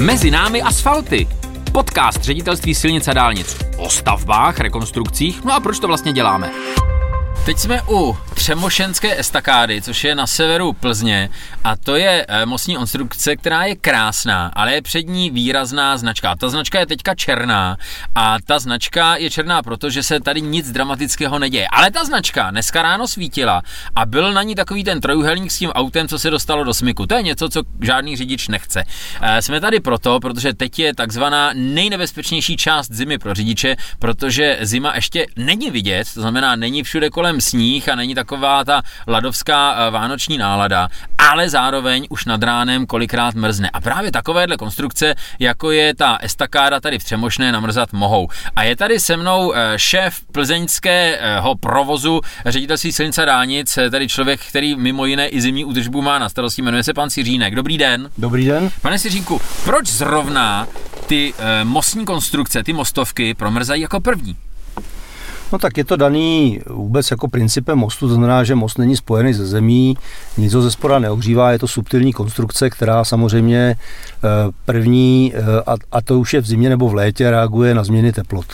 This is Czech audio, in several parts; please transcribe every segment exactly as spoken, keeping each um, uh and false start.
Mezi námi asfalty. Podcast Ředitelství silnic a dálnic o stavbách, rekonstrukcích. No a proč to vlastně děláme? Teď jsme u Třemošenské estakády, což je na severu Plzně, a to je mostní konstrukce, která je krásná, ale je před ní výrazná značka. Ta značka je teďka černá a ta značka je černá, protože se tady nic dramatického neděje. Ale ta značka dneska ráno svítila a byl na ní takový ten trojúhelník s tím autem, co se dostalo do smyku. To je něco, co žádný řidič nechce. Jsme tady proto, protože teď je takzvaná nejnebezpečnější část zimy pro řidiče, protože zima ještě není vidět, to znamená, není všude kolem sníh a není taková ta ladovská vánoční nálada, ale zároveň už nad ránem kolikrát mrzne. A právě takovéhle konstrukce, jako je ta estakáda tady v Třemošné, namrzat mohou. A je tady se mnou šéf plzeňského provozu Ředitelství silnic a dálnic, tady člověk, který mimo jiné i zimní údržbu má na starosti, jmenuje se pan Siřínek. Dobrý den. Dobrý den. Pane Siřínku, proč zrovna ty e, mostní konstrukce, ty mostovky promrzají jako první? No tak je to daný vůbec jako principem mostu, to znamená, že most není spojený se zemí, nic ho ze spoda neohřívá, je to subtilní konstrukce, která samozřejmě první, a, a to už je v zimě nebo v létě, reaguje na změny teplot.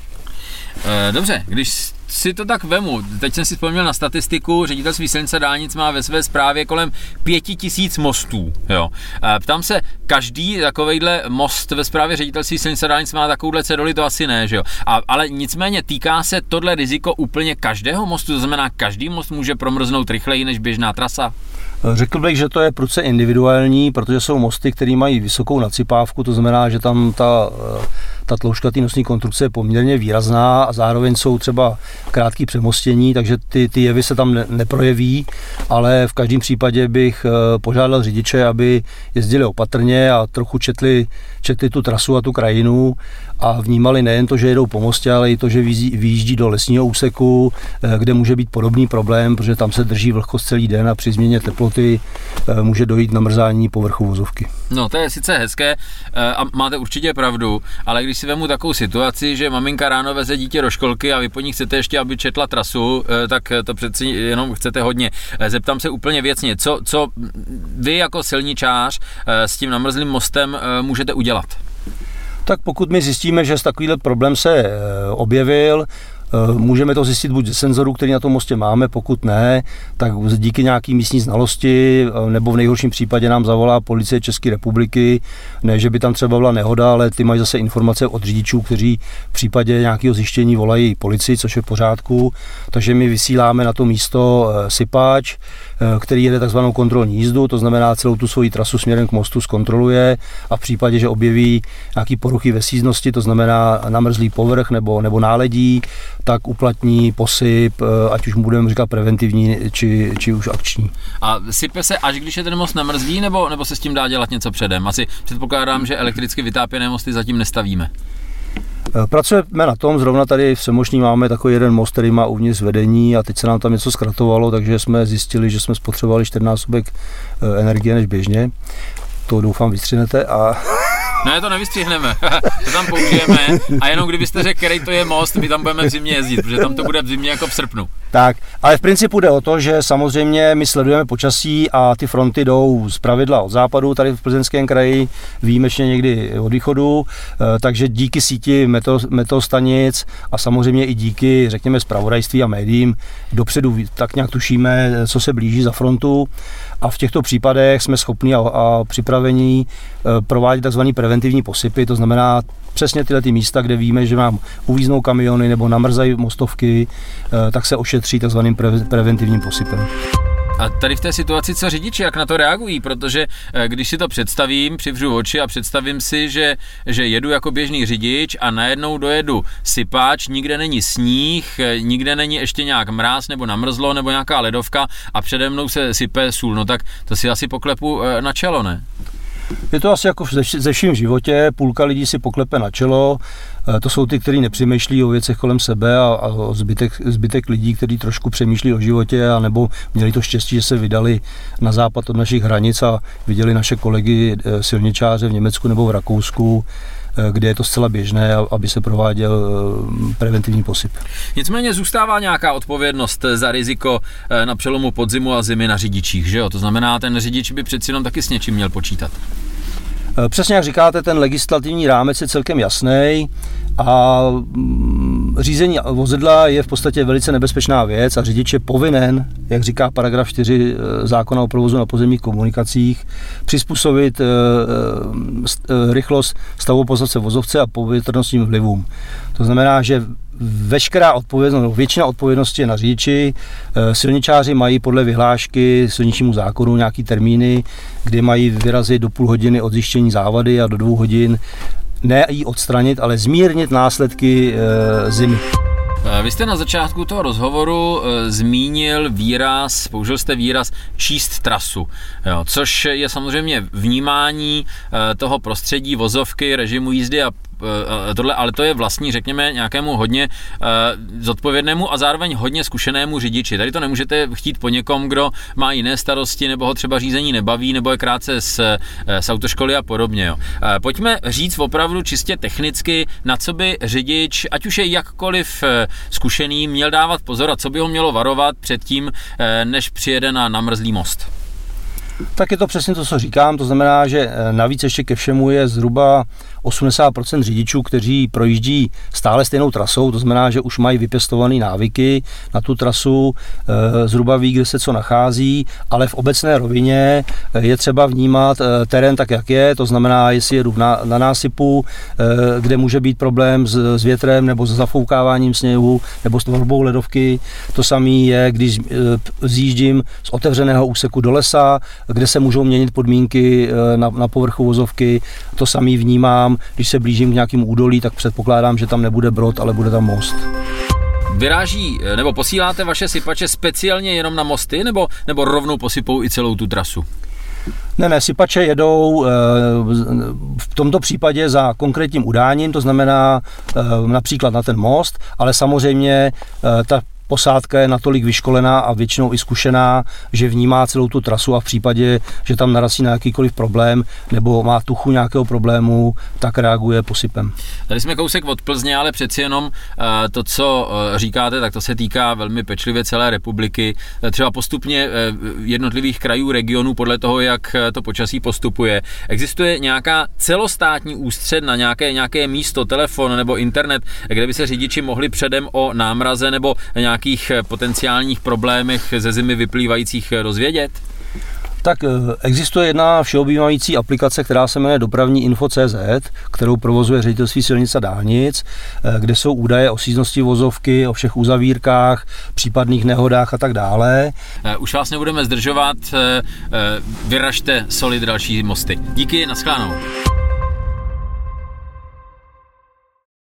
Dobře, když si to tak vemu, teď jsem si vzpomněl na statistiku, Ředitelství silnic a dálnic má ve své správě kolem pěti tisíc mostů, jo. Ptám se, každý takovejhle most ve správě Ředitelství silnic a dálnic má takovouhle ceduli, to asi ne, že jo. A, ale nicméně týká se tohle riziko úplně každého mostu, to znamená, každý most může promrznout rychleji než běžná trasa? Řekl bych, že to je prudce individuální, protože jsou mosty, které mají vysokou nasypávku, to znamená, že tam ta, ta tloušťka té nosní konstrukce je poměrně výrazná a zároveň jsou třeba krátké přemostění, takže ty, ty jevy se tam ne, neprojeví, ale v každém případě bych požádal řidiče, aby jezdili opatrně a trochu četli, četli tu trasu a tu krajinu a vnímali nejen to, že jedou po mostě, ale i to, že vyjíždí do lesního úseku, kde může být podobný problém, protože tam se drží vlhkost celý den a při změně teploty může dojít na mrzání povrchu vozovky. No to je sice hezké a máte určitě pravdu, ale když si vemu takovou situaci, že maminka ráno veze dítě do školky a vy po ní chcete ještě, aby četla trasu, tak to přeci jenom chcete hodně. Zeptám se úplně věcně, co, co vy jako silničář s tím namrzlým mostem můžete udělat? Tak pokud my zjistíme, že takovýhle problém se objevil, můžeme to zjistit buď ze senzorů, který na tom mostě máme, pokud ne, tak díky nějaký místní znalosti, nebo v nejhorším případě nám zavolá policie České republiky, ne, že by tam třeba byla nehoda, ale ty mají zase informace od řidičů, kteří v případě nějakého zjištění volají policii, což je v pořádku, takže my vysíláme na to místo sypáč, který jede takzvanou kontrolní jízdu, to znamená celou tu svoji trasu směrem k mostu zkontroluje a v případě, že objeví nějaký poruchy ve síznosti, to znamená namrzlý povrch nebo, nebo náledí, tak uplatní posyp, ať už budeme říkat preventivní, či, či už akční. A sype se až když je ten most namrzlý, nebo, nebo se s tím dá dělat něco předem? Asi předpokládám, že elektricky vytápěné mosty zatím nestavíme. Pracujeme na tom, zrovna tady v Třemošní máme takový jeden most, který má uvnitř vedení a teď se nám tam něco zkratovalo, takže jsme zjistili, že jsme spotřebovali čtyřnásobek energie než běžně. To doufám vystřihnete a... Ne, to nevystřihneme, to tam použijeme a jenom kdybyste řekl, který to je most, my tam budeme v zimě jezdit, protože tam to bude v zimě jako v srpnu. Tak, ale v principu jde o to, že samozřejmě my sledujeme počasí a ty fronty jdou zpravidla od západu, tady v Plzeňském kraji, výjimečně někdy od východu, takže díky síti meteo, meteostanic a samozřejmě i díky, řekněme, zpravodajství a médiím dopředu tak nějak tušíme, co se blíží za frontu a v těchto případech jsme schopni a, a připraveni provádět takzvaný preventivní posypy, to znamená přesně tyhle ty místa, kde víme, že nám uvíznou kamiony nebo namrzají mostovky, tak se ošetří takzvaným pre- preventivním posypem. A tady v té situaci co řidiči, jak na to reagují, protože když si to představím, přivřu oči a představím si, že, že jedu jako běžný řidič a najednou dojedu sypáč, nikde není sníh, nikde není ještě nějak mráz nebo namrzlo nebo nějaká ledovka a přede mnou se sype sůl, no tak to si asi poklepu na čelo, ne? Je to asi jako ze vším v životě, půlka lidí si poklepe na čelo, to jsou ty, kteří nepřemýšlí o věcech kolem sebe a, a zbytek, zbytek lidí, kteří trošku přemýšlí o životě a nebo měli to štěstí, že se vydali na západ od našich hranic a viděli naše kolegy silničáře v Německu nebo v Rakousku, kde je to zcela běžné, aby se prováděl preventivní posyp. Nicméně zůstává nějaká odpovědnost za riziko na přelomu podzimu a zimy na řidičích, že jo? To znamená, ten řidič by přeci jenom taky s něčím měl počítat. Přesně jak říkáte, ten legislativní rámec je celkem jasný a řízení vozidla je v podstatě velice nebezpečná věc a řidič je povinen, jak říká paragraf čtyři zákona o provozu na pozemních komunikacích, přizpůsobit rychlost stavopodstavce vozovce a povětrnostním vlivům. To znamená, že veškerá odpovědnost, většina odpovědnosti je na řidiči. Silničáři mají podle vyhlášky silničnímu zákonu nějaký termíny, kdy mají vyrazit do půl hodiny od zjištění závady a do dvou hodin ne ji odstranit, ale zmírnit následky e, zimy. Vy jste na začátku toho rozhovoru e, zmínil výraz, použil jste výraz číst trasu, jo, což je samozřejmě vnímání e, toho prostředí, vozovky, režimu jízdy a tohle, ale to je vlastní, řekněme, nějakému hodně uh, zodpovědnému a zároveň hodně zkušenému řidiči. Tady to nemůžete chtít po někom, kdo má jiné starosti, nebo ho třeba řízení nebaví, nebo je krátce z, z autoškoly a podobně. Jo. Uh, pojďme říct opravdu čistě technicky, na co by řidič, ať už je jakkoliv uh, zkušený, měl dávat pozor a co by ho mělo varovat před tím, uh, než přijede na namrzlý most. Tak je to přesně to, co říkám, to znamená, že navíc ještě ke všemu je zhruba osmdesát procent řidičů, kteří projíždí stále stejnou trasou, to znamená, že už mají vypěstované návyky na tu trasu, zhruba ví, kde se co nachází, ale v obecné rovině je třeba vnímat terén tak, jak je, to znamená, jestli jedu na, na násypu, kde může být problém s, s větrem nebo s zafoukáváním sněhu nebo s tvorbou ledovky. To samé je, když zjíždím z otevřeného úseku do lesa, kde se můžou měnit podmínky na, na povrchu vozovky. To samý vnímám, když se blížím k nějakému údolí, tak předpokládám, že tam nebude brod, ale bude tam most. Vyráží, nebo posíláte vaše sypače speciálně jenom na mosty, nebo, nebo rovnou posypou i celou tu trasu? Ne, ne, sypače jedou v tomto případě za konkrétním udáním, to znamená například na ten most, ale samozřejmě ta posádka je natolik vyškolená a většinou i zkušená, že vnímá celou tu trasu a v případě, že tam narazí na jakýkoliv problém nebo má tuchu nějakého problému, tak reaguje posypem. Tady jsme kousek od Plzně, ale přeci jenom to, co říkáte, tak to se týká velmi pečlivě celé republiky. Třeba postupně jednotlivých krajů, regionů, podle toho, jak to počasí postupuje. Existuje nějaká celostátní ústřed na nějaké, nějaké místo, telefon nebo internet, kde by se řidiči mohli předem o námraze nebo nějak nějakých potenciálních problémech ze zimy vyplývajících rozvědět? Tak existuje jedna všeobjímající aplikace, která se jmenuje Dopravní info tečka cé zet, kterou provozuje Ředitelství silnic a dálnic, kde jsou údaje o sídnosti vozovky, o všech uzavírkách, případných nehodách a tak dále. Už vás nebudeme zdržovat, vyražte solid další mosty. Díky, nashledanou.